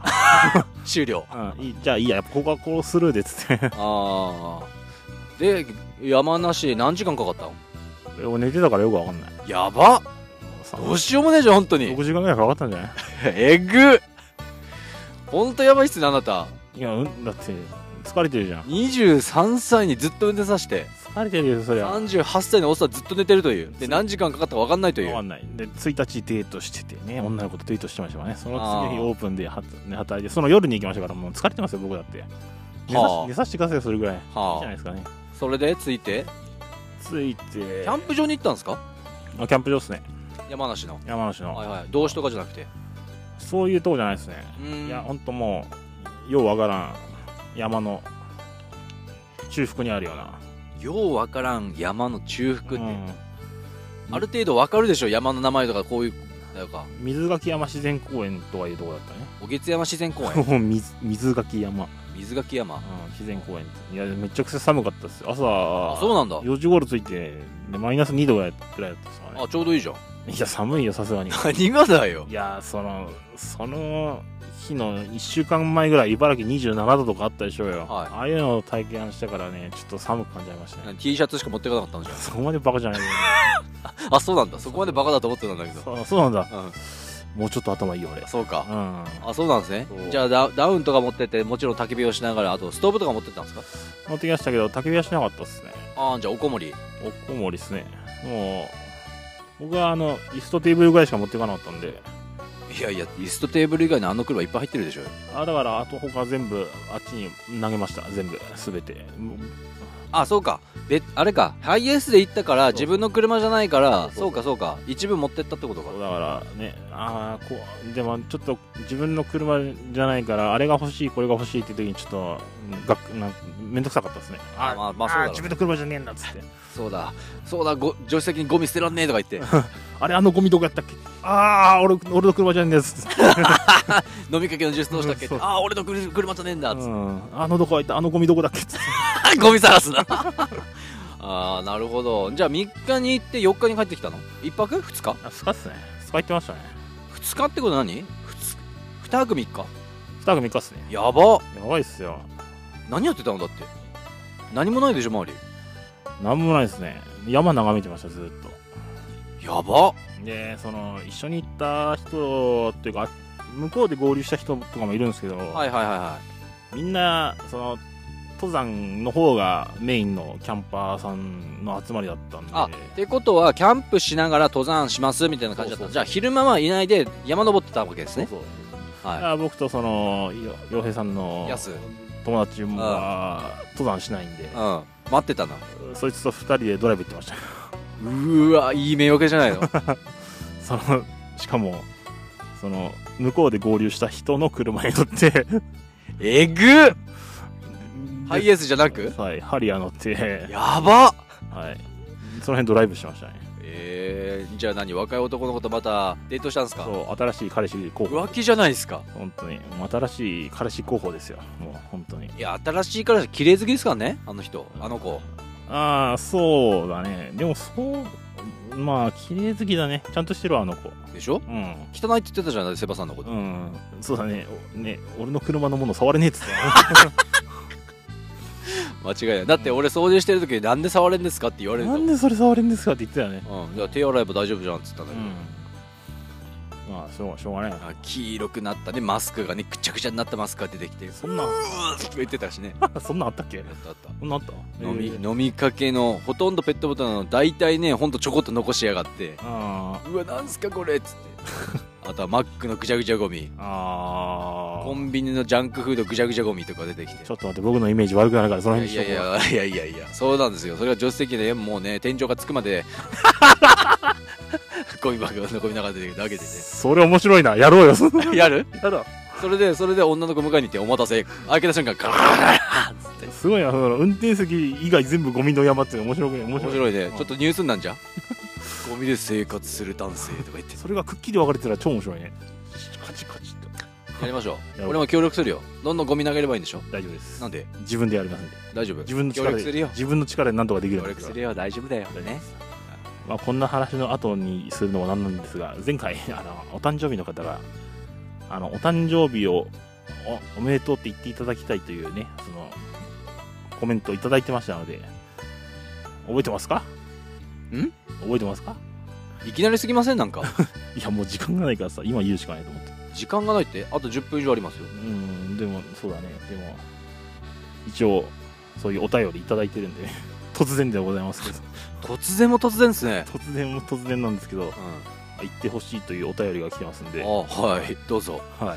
終了。 うん、いいじゃあいいや、やっぱここはこうスルーでっつって。 ああ。で、山梨何時間かかったの？ 俺寝てたからよくわかんない。 やばっ。どうしようもねえじゃん、本当に。 ろくじかんぐらいかかったんじゃない？ えぐっ。ほんとやばいっすね、あなた。 いや、うん、だって、疲れてるじゃん。 にじゅうさんさいにずっと運転させて、 疲れてるよ、そりゃ。 さんじゅうはっさいのおっさんずっと寝てるという。で、何時間かかったか分かんないという。 わかんない。で、ついたちデートしててね、女の子とデートしてましたからね。その次にオープンでは、ね、働いて、その夜に行きましたから、もう疲れてますよ、僕だって。寝さ,、はあ、寝させてくださいよ、それぐらい。はあ、いいじゃないですかね。 それで、着いて着いて。キャンプ場に行ったんですか？ あ、キャンプ場っすね。 山梨の。 山梨の。 はいはい。動詞とかじゃなくて。 そういうとこじゃないですね。いや、ほんともう、ようわからん山の中腹にあるような。 ようわからん山の中腹って、うん、ある程度わかるでしょ、山の名前とかこういうなんか水垣山自然公園とかいうとこだったね。 お月山自然公園。 水水垣山水垣山、 うん、自然公園。いや、めちゃくちゃ寒かったですよ。朝、 あ、そうなんだ。 よじ頃着いてでマイナスにどぐらいだったんですかね。 あ、ちょうどいいじゃん。 いや、寒いよ、さすがに。 何がだよ。 いや、そのその日のいっしゅうかんまえぐらい茨城にじゅうななどとかあったでしょうよ、はい、ああいうのを体験したからね、ちょっと寒く感じましたね。 T シャツしか持ってかなかったんじゃん。 そこまでバカじゃないよ。 あ、そうなんだ。そこまでバカだと思ってたんだけど。 そうそうなんだ、うん、もうちょっと頭いいよ俺。 そうか、 うん、 あ、そうなんですね。じゃあ ダ, ダウンとか持ってって、もちろん焚き火をしながら、あとストーブとか持ってったんですか？ 持ってきましたけど焚き火はしなかったっすね。 ああ、じゃあおこもり。 おこもりっすね。もう僕はあの椅子とテーブルぐらいしか持っていかなかったんで。 いやいや、椅子とテーブル以外のあの車いっぱい入ってるでしょ。 あ、だからあと他全部あっちに投げました。全部すべて。 あ、そうか。で、あれか、ハイエースで行ったから自分の車じゃないから、そうかそうか、一部持ってったってことか。 だからね、ああ、こうでもちょっと自分の車じゃないから、あれが欲しいこれが欲しいって時にちょっとがなんめんどくさかったですね。 あ、まあまあそうだ、 自分の車じゃねえんだっつって。 そうだそうだ、ご助手席にゴミ捨てらんねえとか言ってあれ、あのゴミどこやったっけ。ああ、俺俺の車じゃねえんだっつって飲みかけのジュースどうしたっけって、ああ、俺の車じゃねえんだっつって、うん、 あのどこ入ったあのゴミどこだっけっつってゴミ探すなああ、なるほど。じゃあみっかに行ってよっかに帰ってきたの？いっぱく？ふつか？ あ、ふつかっすね。ふつか行ってましたね。 ふつかってこと何？にはくみっか？ にはくみっかっすね。 やばやばいっすよ。 何やってたの？だって何もないでしょ、周り。 何もないですね。山眺めてました、ずっと。やば。 で、その一緒に行った人っていうか、向こうで合流した人とかもいるんですけど、はいはいはいはい、 みんなその登山の方がメインのキャンパーさんの集まりだったんで。 あ、ってことはキャンプしながら登山しますみたいな感じだった。じゃあ昼間はいないで山登ってたわけですね。そうそう、 はい、僕とその洋平さんの友達も登山しないんで、 うん、待ってたな。 そいつとふたりでドライブ行ってました。 うーわ、いい迷惑じゃないのそのしかもその向こうで合流した人の車に乗ってえぐっハイエースじゃなく、 はい、ハリアー乗ってやばっ、 はい、その辺ドライブしてましたね。 えー、じゃあ何、若い男の子とまたデートしたんですか？ そう、新しい彼氏候補。 浮気じゃないですか。 本当にもう新しい彼氏候補ですよ、もう本当に。 いや、新しい彼氏綺麗好きですからね、あの人、あの子。 ああ、そうだね。でもそうまあ綺麗好きだね。ちゃんとしてるわ、あの子でしょ。うん、汚いって言ってたじゃない、セバさんのこと。 うん、そうだね。ね、俺の車のもの触れねえっつって間違いない。だって俺掃除してる時になんで触れんですかって言われる。 なんでそれ触れんですかって言ってたよね。 うん、じゃあ手洗えば大丈夫じゃんっつったんだけど、 うん、まあしょう、しょうがないな。 黄色くなったね、マスクがね、くちゃくちゃになったマスクが出てきて、 そんなうーって言ってたしねそんなんあったっけ？あったあった。 そんなんあった？ 飲み、飲みかけのほとんどペットボトルの大体ね、ほんとちょこっと残しやがって、 あうわ、なんすかこれっつってあとはマックのぐちゃぐちゃゴミ、あコンビニのジャンクフードぐちゃぐちゃゴミとか出てきて、 ちょっと待って、僕のイメージ悪くなるからその辺にしとこう。いやいやいやいやいや、そうなんですよ。それが助手席でもうね、天井がつくまでゴミ箱のゴミの中で出てきて、 それ面白いな、やろうよやるやろう。 それでそれで女の子迎えに行って、お待たせ、開けた瞬間ガーッつって、 すごいな、その運転席以外全部ゴミの山って面白くね。面白い面白いね、うん、ちょっとニュースになんじゃんゴミで生活する男性とか言ってそれがくっきり分かれてたら超面白いね。カチカチとやりましょう。俺も協力するよ。どんどんゴミ投げればいいんでしょ。 大丈夫です。 なんで自分でやりますんで。 大丈夫。 自分の力で自分の力で何とかできるんですから。協力するよ。大丈夫だよね。まあこんな話の後にするのもなんなんですが、前回あのお誕生日の方があのお誕生日を お, おめでとうって言っていただきたいというね、そのコメントをいただいてましたので、覚えてますか？ ん？ 覚えてますか？ いきなりすぎませんなんかいやもう時間がないからさ、今言うしかないと思って。 時間がないって？あとじゅっぷん以上ありますよ。 うん、でもそうだね。でも一応そういうお便りいただいてるんで、ね、突然ではございますけど突然も突然ですね。 突然も突然なんですけど、うん、言ってほしいというお便りが来てますんで。 あ、はい、どうぞ。 はい。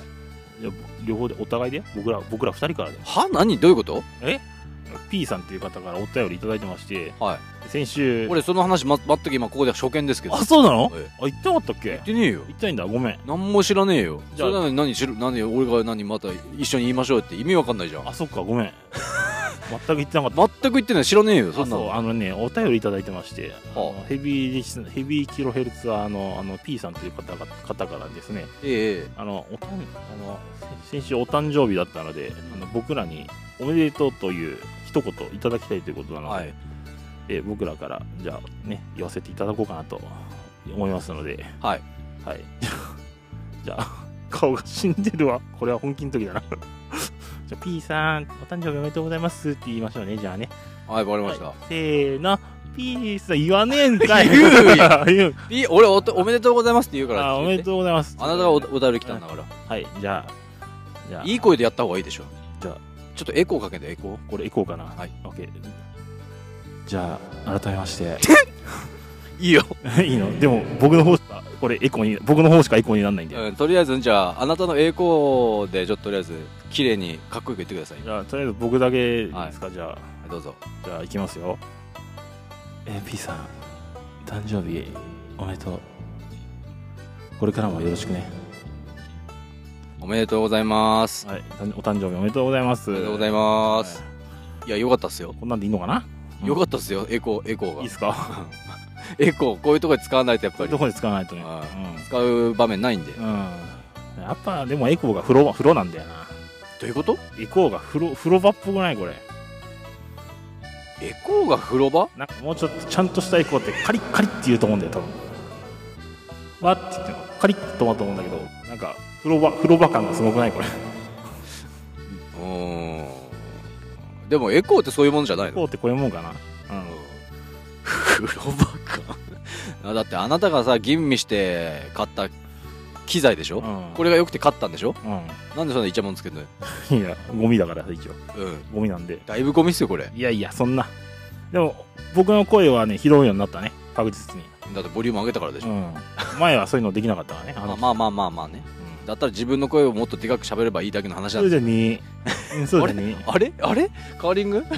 じゃ両方でお互いで僕ら僕らふたりからで。 は？何？どういうこと？ え？P さんっていう方からお便りいただいてまして、 はい、 先週俺その話ま全く今ここで初見ですけど。 あ、そうなの？ええ、あ、言ってなかったっけ？言ってねえよ。 言ってないんだ、ごめん。 何も知らねえよ。じゃあそれなのに何知る、何俺が何また一緒に言いましょうって意味わかんないじゃん。 あ、そっか、ごめん全く言ってなかった。 全く言ってない、知らねえよ。 そんなの。あのね、お便りいただいてまして、はあ、ヘビーヘビーキロヘルツはあのあの P さんという方が方からですね、 ええ、 あのおたんあの先週お誕生日だったので、あの僕らにおめでとうという一言いただきたいということなので、はい、え僕らからじゃあね言わせていただこうかなと思いますので、 はいはいじゃあ顔が死んでるわ、これは本気の時だなじゃあ P さんお誕生日おめでとうございますって言いましょうね。じゃあね、 はい、わかりました、はい、 せーの、P さん言わねえんかい言うよ言う俺 お, おめでとうございますって言うからあおめでとうございます。 あなたが お, お便り来たんだから、 はい、じゃあじゃあいい声でやった方がいいでしょ。 じゃあちょっとエコーかけて。エコー、 これエコーかな。はい、オッケー。じゃあ改めましていいよいいの？でも僕の方しかこれエコーに僕の方しかエコーにならないんで、 うん、とりあえずじゃああなたのエコーでちょっととりあえず綺麗にかっこよく言ってください。 じゃあとりあえず僕だけですか、はい、じゃあ、はい、 どうぞ。 じゃあいきますよ。えー、P さん誕生日おめでとう。これからもよろしくね。 おめでとうございます。 はい、お誕生日おめでとうございます。 おめでとうございます。はい、いや、よかったっすよ。 こんなんでいいのかな？ よかったっすよ、エコー、エコーが。 いいっすか？ エコー、こういうところで使わないとやっぱり。 こういうところで使わないとね。 うん、使う場面ないんで。うん。 やっぱ、でもエコーが風呂、風呂なんだよな。 どういうこと？ エコーが風呂、風呂場っぽくないこれ。 エコーが風呂場？ なんかもうちょっとちゃんとしたエコーってカリッカリッって言うと思うんだよ、多分。わって言ってもカリッと止まると思うんだけど、なんか風呂場、風呂場感がすごくないこれ。 うーん。でもエコーってそういうものじゃないの？ エコーってこういうもんかな。うん。 風呂場かだってあなたがさ吟味して買った機材でしょ、うん、これが良くて買ったんでしょ、うん、なんでそんなイチャモンつけるのよ。 いやゴミだから一応、うん、ゴミなんで。 だいぶゴミっすよこれ。 いやいやそんな。でも僕の声はね拾うようになったね、確実に。 だってボリューム上げたからでしょ、うん、 前はそういうのできなかったからねまあまあまあまあまあね、うん、だったら自分の声をもっとでかく喋ればいいだけの話なんですよ。 それじゃにそうじゃにあれあれカーリング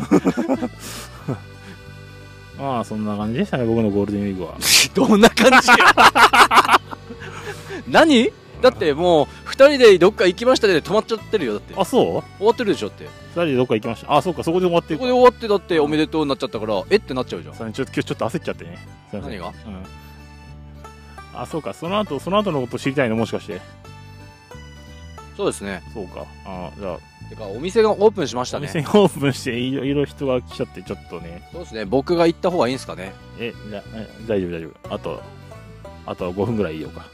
まあそんな感じでしたね僕のゴールデンウィークは。 どんな感じ何だってもうふたりでどっか行きましたで止まっちゃってるよ。だってあそう終わってるでしょって。 ふたりでどっか行きました。あそうかそこで終わってる。 そこで終わってだっておめでとうになっちゃったからえってなっちゃうじゃん。 それちょっと今日ちょっと焦っちゃってね。 何が、うん、 あそうかその後その後のこと知りたいのもしかして。 そうですね。 そうかあじゃあてかお店がオープンしましたね。 お店がオープンしていろいろ人が来ちゃってちょっとね。 そうですね僕が行った方がいいんですかね。 えじゃえ大丈夫大丈夫。あとあとごふんぐらいいいよか。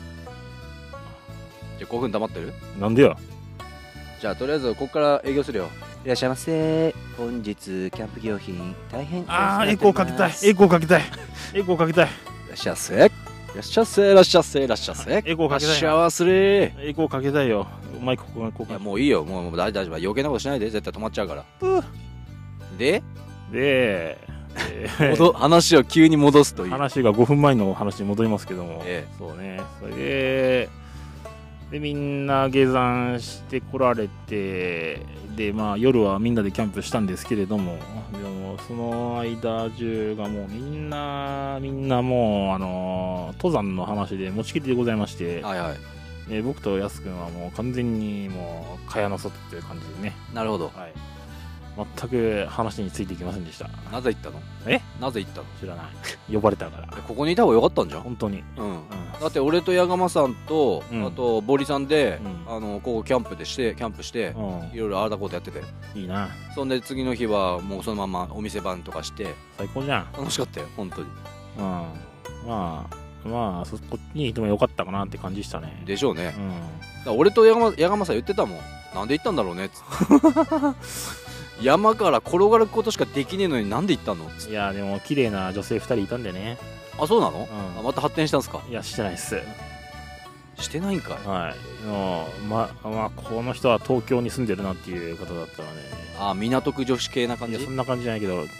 じゃあごふん黙ってる？ なんでよ。 じゃあとりあえずここから営業するよ。いらっしゃいませ。本日キャンプ用品大変ああエコーかけたいエコーかけたいエコーかけたい。 いらっしゃいませいらっしゃいませいらっしゃいませいらっしゃいませ。 エコーかけたい。 いらっしゃいませエコーかけたいよ。マイクここここ。 いやもういいよもう大丈夫余計なことしないで絶対止まっちゃうから。でで話を急に戻すという。 話がごふんまえの話に戻りますけども、ええ、そうね。それででみんな下山してこられてでまあ夜はみんなでキャンプしたんですけれども、でもその間中がもうみんなみんなもうあの登山の話で持ちきりでございまして、 はいはい、 で僕とやすくんはもう完全にもう蚊帳の外っていう感じでね。 なるほど、 はい、 全く話についていきませんでした。 なぜ行ったの？ えなぜ行ったの？ 知らない。呼ばれたから。 ここにいた方がよかったんじゃん。 本当に。 うん、うん、だって俺と矢釜さんと、 うん、 あとボリさんで、 うん、 あのここキャンプでしてキャンプして、うん、いろいろああだことやってていいな。 そんで次の日はもうそのままお店番とかして最高じゃん。 楽しかったよ本当に。 うん、まあまあそこにいてもよかったかなって感じしたね。 でしょうね、 うん、 だから俺と矢釜、矢釜さん言ってたもん。なんで行ったんだろうねっつって山から転がることしかできねえのになんで行ったのっつって。 いやでも綺麗な女性ふたりいたんでね。 あ、そうなの、 うん、 あまた発展したんすか？ いやしてないっす。 してないんかい。 はいもうままあこの人は東京に住んでるなっていう方だったので、ね、 あ港区女子系な感じ。 いやそんな感じじゃないけど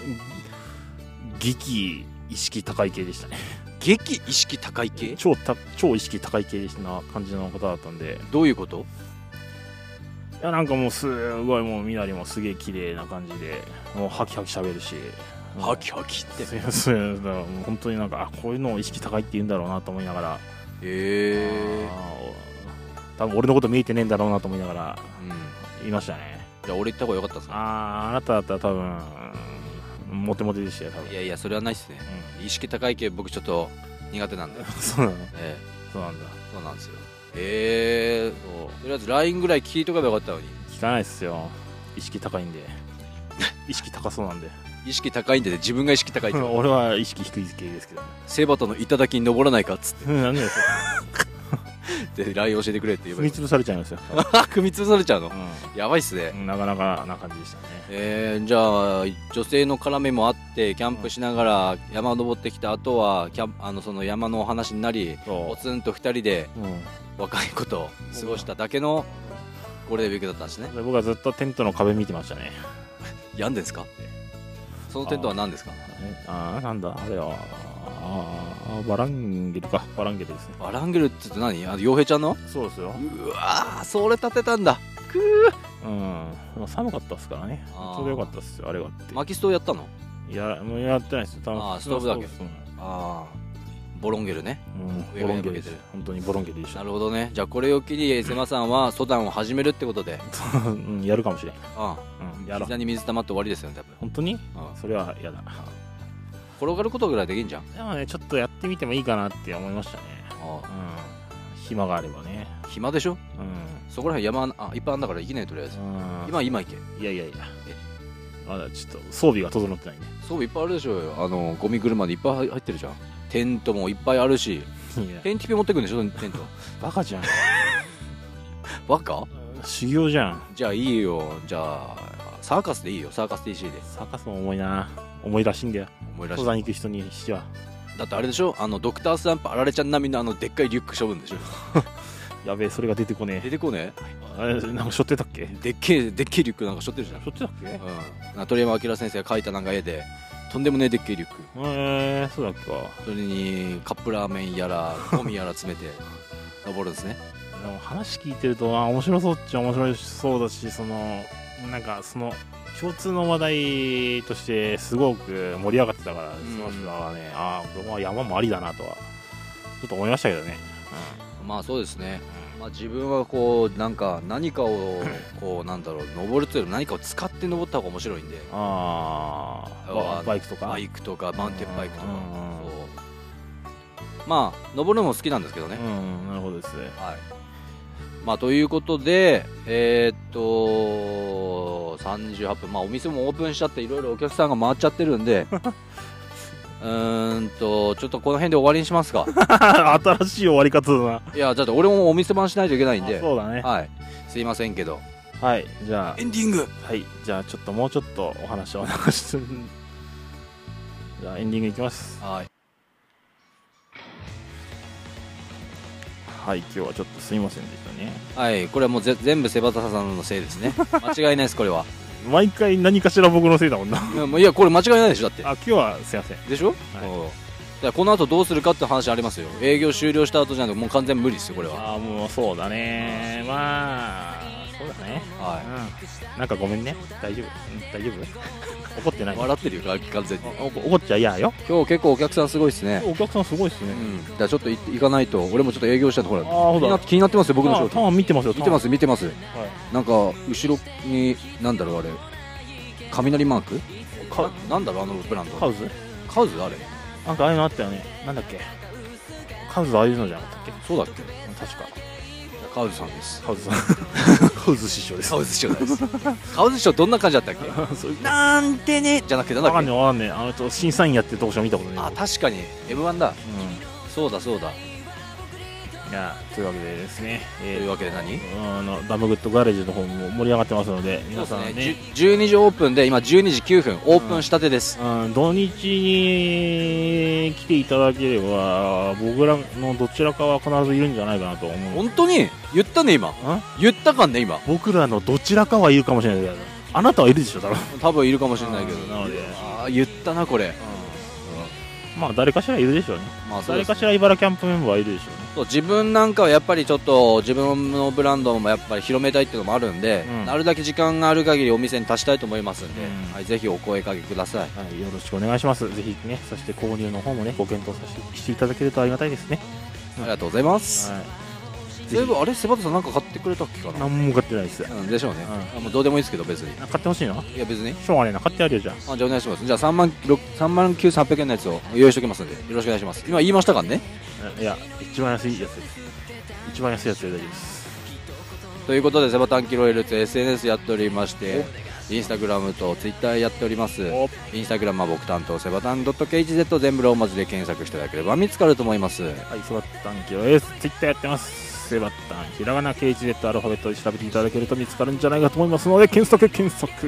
激意識高い系でしたね。 激意識高い系？ 超た超意識高い系な感じの方だったんで。 どういうこと？ いやなんかもうすごいもうみなりもすげえ綺麗な感じでもうハキハキしゃべるし、 ハキハキってそういうだからもう本当になんかあこういうのを意識高いって言うんだろうなと思いながら、 へえ多分俺のこと見えてねえんだろうなと思いながら、うん、いましたね。 じゃあ俺行った方がよかったっすか？ あああなただったら多分モテモテでしたよ多分。 いやいやそれはないっすね、うん、意識高い系僕ちょっと苦手なんでそうなの、 ええ、 そうなんだ。 そうなんですよ。ええー、とりあえず ライン ぐらい聞いとけばよかったのに。 聞かないっすよ。意識高いんで意識高そうなんで意識高いんで、ね、自分が意識高いって俺は意識低い系ですけど、ね、 セバタの頂に登らないかっつって何ですで ライン 教えてくれって言えば踏み潰されちゃいますよ踏み潰されちゃうの、うん、やばいっすね。 なかなかな感じでしたね。 えー、じゃあ女性の絡みもあってキャンプしながら山登ってきた後はキャンあのその山のお話になりポツンとふたりで若い子と過ごしただけのゴールデンウィークだったんですね。 僕はずっとテントの壁見てましたね。 やんですか？そのテントは何ですか？ ああなんだあれはあバランゲルか。バランゲルですね。 バランゲルって言って何？あの傭兵ちゃんの？ そうですよ。 うわーそれ立てたんだ。くーうん寒かったっすからね。ちょうどよかったっすよあれがあって。 薪ストやったの？ いやもうやってないっすよ。 ああストーブだけ。ああボロンゲルね、 うん、ボロンゲルです。本当にボロンゲルでした。 なるほどね。じゃあこれを機にセマさんはソダンを始めるってことでうん、やるかもしれん。 ああ、うん、やろう。膝に水溜まって終わりですよね多分。 本当に？それは嫌だ。 転がることぐらいできんじゃん。 でもねちょっとやってみてもいいかなって思いましたね。ああ、うん、暇があればね。 暇でしょ？うんそこら辺山あいっぱいあんだから行きないとりあえず。今今行け。 いやいやいやまだちょっと装備が整ってないね。 装備いっぱいあるでしょうよ。あのゴミ車でいっぱい入ってるじゃん。テントもいっぱいあるし、テンティピ持ってくんでしょテント。 バカじゃんバカ？ 修行じゃん。 じゃあいいよ。じゃあサーカスでいいよ。サーカス ティーシー で。 サーカスも重いな。重いらしいんだよ。 重いらしい。 登山行く人にしては。 だってあれでしょあのドクタースランプあられちゃん並みのあのでっかいリュック処分でしょやべえそれが出てこねえ。 出てこねえあれなんか背負ってたっけ？ でっけえでっけえリュックなんか背負ってるじゃん。 背負ってたっけ？ うん鳥山明先生が描いたなんか絵でとんでもねえでっけえリュック。 へえそうだっけか。 それにカップラーメンやらゴミやら詰めて登るんですね。 でも話聞いてるとあ面白そうっちゃ面白そうだし、そのなんかその共通の話題としてすごく盛り上がってたから、うん、その人はねああこれは山もありだなとはちょっと思いましたけどね、 うん、まあそうですね、うんまあ、自分はこうなんか何かをこうなんだろう登るというより何かを使って登った方が面白いんで、 ああバイクとかバイクとかマウンテンバイクとか、そうまあ登るのも好きなんですけどね。 うんなるほどですね。 はいまあということでえー、っとさんじゅうはっぷんまあお店もオープンしちゃっていろいろお客さんが回っちゃってるんでうーんとちょっとこの辺で終わりにしますか新しい終わり方だな。 いやだって俺もお店番しないといけないんで。 そうだね。 はいすいませんけど。 はいじゃあエンディング。 はいじゃあちょっともうちょっとお話を流してじゃあエンディングいきます。 はいはい今日はちょっとすいませんでしたね。 はいこれはもうぜ全部セバタさんのせいですね間違いないですこれは毎回何かしら僕のせいだもんな。 いやこれ間違いないでしょだって。 あ今日はすいませんでしょ、はい、じゃあこの後どうするかって話ありますよ。営業終了した後じゃなくてもう完全無理ですよこれは。 ああもうそうだねまあそうだねはい、 うん、なんかごめんね大丈夫、うん、大丈夫怒ってない。 笑ってるよ完全に。 怒っちゃ嫌よ。 今日結構お客さんすごいですね。 お客さんすごいですね、 うん、じゃあちょっと行かないと俺もちょっと営業したところ気にな気になってますよ僕の商品。 見てますよ見てます見てます、はい、なんか後ろになんだろうあれ雷マークかなんだろうあのブランド。 カウズカウズあれなんかああいうのあったよね。なんだっけ、カウズああいうのじゃなかったっけ。 そうだっけ。 確かカウズさんです。 カウズさんカウズ師匠です。 カウズ師匠ですカウズ師匠どんな感じだったっけなんてねじゃなくてなんだっけ。 わかんねえわかんねえ、あのと審査員やってるとこしか見たことない。 あ確かに エムワン だ。 うん、 そうだそうだ。 いやというわけでですね、えー、 というわけで何あのダムグッドガレージの方も盛り上がってますので、皆さんね、ねじゅうにじオープンで今じゅうにじきゅうふんオープンしたてです、 うんうん、土日に来ていただければ僕らのどちらかは必ずいるんじゃないかなと思う。 本当に言ったね今。言ったかんね今。 僕らのどちらかはいるかもしれないけど、あなたはいるでしょ多分。 多分いるかもしれないけど、 なのであ言ったなこれ、 うん、まあ誰かしらいるでしょうね。まあそうですね、誰かしら茨キャンプメンバーいるでしょうね。 そう自分なんかはやっぱりちょっと自分のブランドもやっぱり広めたいっていうのもあるんで、うん、なるだけ時間がある限りお店に立ちたいと思いますんで、うん、はい、ぜひお声かけください、 はい、よろしくお願いします。ぜひね、そして購入の方もねご検討させてしていただけるとありがたいですね、 うん、ありがとうございます、はい、そういえばあれセバタさんなんか買ってくれたっけかな。 何も買ってないです、 うん、でしょうね、うん、もうどうでもいいですけど別に買ってほしいの。 いや別にしょうがねえな、買ってあるよ。じゃああじゃあお願いします。じゃあさんまんきゅうせんはっぴゃくえんのやつを用意しておきますんでよろしくお願いします。今言いましたからね。 いや一番安いやつです。一番安いやつで大丈夫です。 ということでセバタンキロヘルツ エスエヌエス やっておりまして、インスタグラムとツイッターやっております。インスタグラムは僕担当セバタン .ケーエイチゼット 全部ローマ字で検索していただければ見つかると思います。はい、 セバタンキロヘルツツイッターやってます。セバタンひらがな ケーエイチゼット アルファベットで調べていただけると見つかるんじゃないかと思いますので検索検索。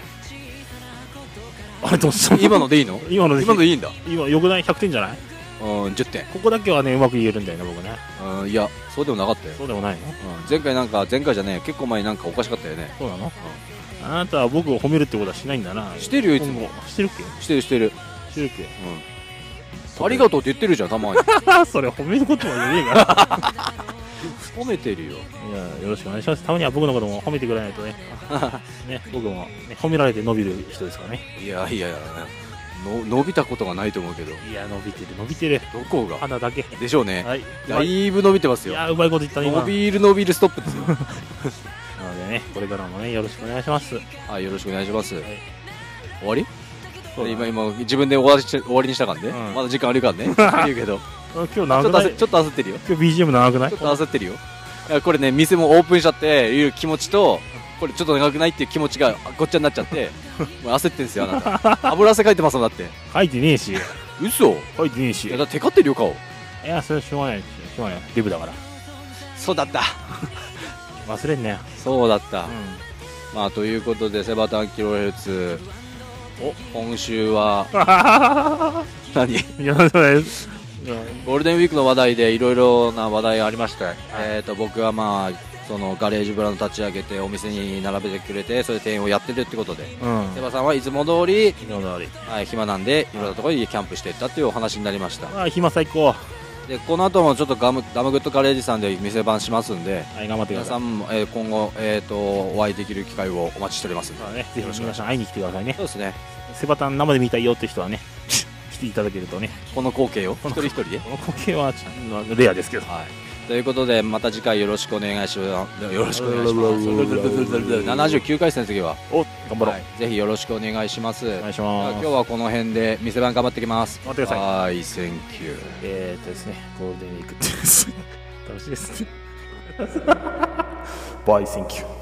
あれどうした今のでいいの。 今ので今のでいいんだ。 今よくないひゃくてんじゃない。 うん、じゅってん。 ここだけはねうまく言えるんだよね僕ね。 うん、いやそうでもなかったよ。 そうでもないの、うん、 前回なんか前回じゃね結構前になんかおかしかったよね。 そうなの、うん、あなたは僕を褒めるってことはしないんだな。 してるよいつも。 してるっけ。 してるしてるしてるっけ。 うん、ありがとうって言ってるじゃんたまにそれ褒めることは言えねえから褒めてるよ。いやよろしくお願いします。たまには僕のことも褒めてくれないとねね僕も、ね、褒められて伸びる人ですからね。 いやいやいやの伸びたことがないと思うけど。 いや伸びてる伸びてる。 どこが。 鼻だけでしょうね、 はい、 だいぶ伸びてますよ。 いやうまいこと言ったね今。 伸びる伸びるストップですよなのでねこれからもねよろしくお願いします。 はい、よろしくお願いします、はい、終わり今今自分で終わりし終わりにしたからね、うん、まだ時間あるからね言うけど今日長くない。 ちょっと焦ってるよ。 今日 ビージーエム 長くない。 ちょっと焦ってるよ。いやこれね店もオープンしちゃっていう気持ちとこれちょっと長くないっていう気持ちがごっちゃになっちゃってもう焦ってんですよあなた油汗かいてますもんだって。 かいてねえし。 嘘かいてねえし。 いやだってテカってるよ顔。 いやそれはしょうがないしょうがないデブだからそうだった忘れんなよ。 そうだった、うん、まあということでセバタンキロヘルツお今週は何いやそうですゴールデンウィークの話題でいろいろな話題がありまして、はい、えーと僕はまあそのガレージブランド立ち上げてお店に並べてくれてそれで店員をやってるってことで、うん、セバさんはいつも通りいつも通り、はい、暇なんでいろんなところにキャンプしていったっていうお話になりました。 あ暇最高でこの後もちょっとガムダムグッドガレージさんで店番しますんで、 はい、頑張ってください。 皆さんも、えー、今後、えー、とお会いできる機会をお待ちしておりますので、 ね、ぜひ皆さん会いに来てくださいね。 そうですね。 セバタン生で見たいよって人はね来ていただけるとねこの光景を一人一人でこの光景はレアですけど、 はい、ということでまた次回よろしくお願いしますよろしくお願いしますななじゅうきゅうかいですね次は。 お頑張ろう、はい、 ぜひよろしくお願いします。 お願いします。 今日はこの辺で店番頑張ってきます。 頑張ってください。 はい、センキュー。 えーっとですねゴールデンウィークって楽しいですねバイセンキュー。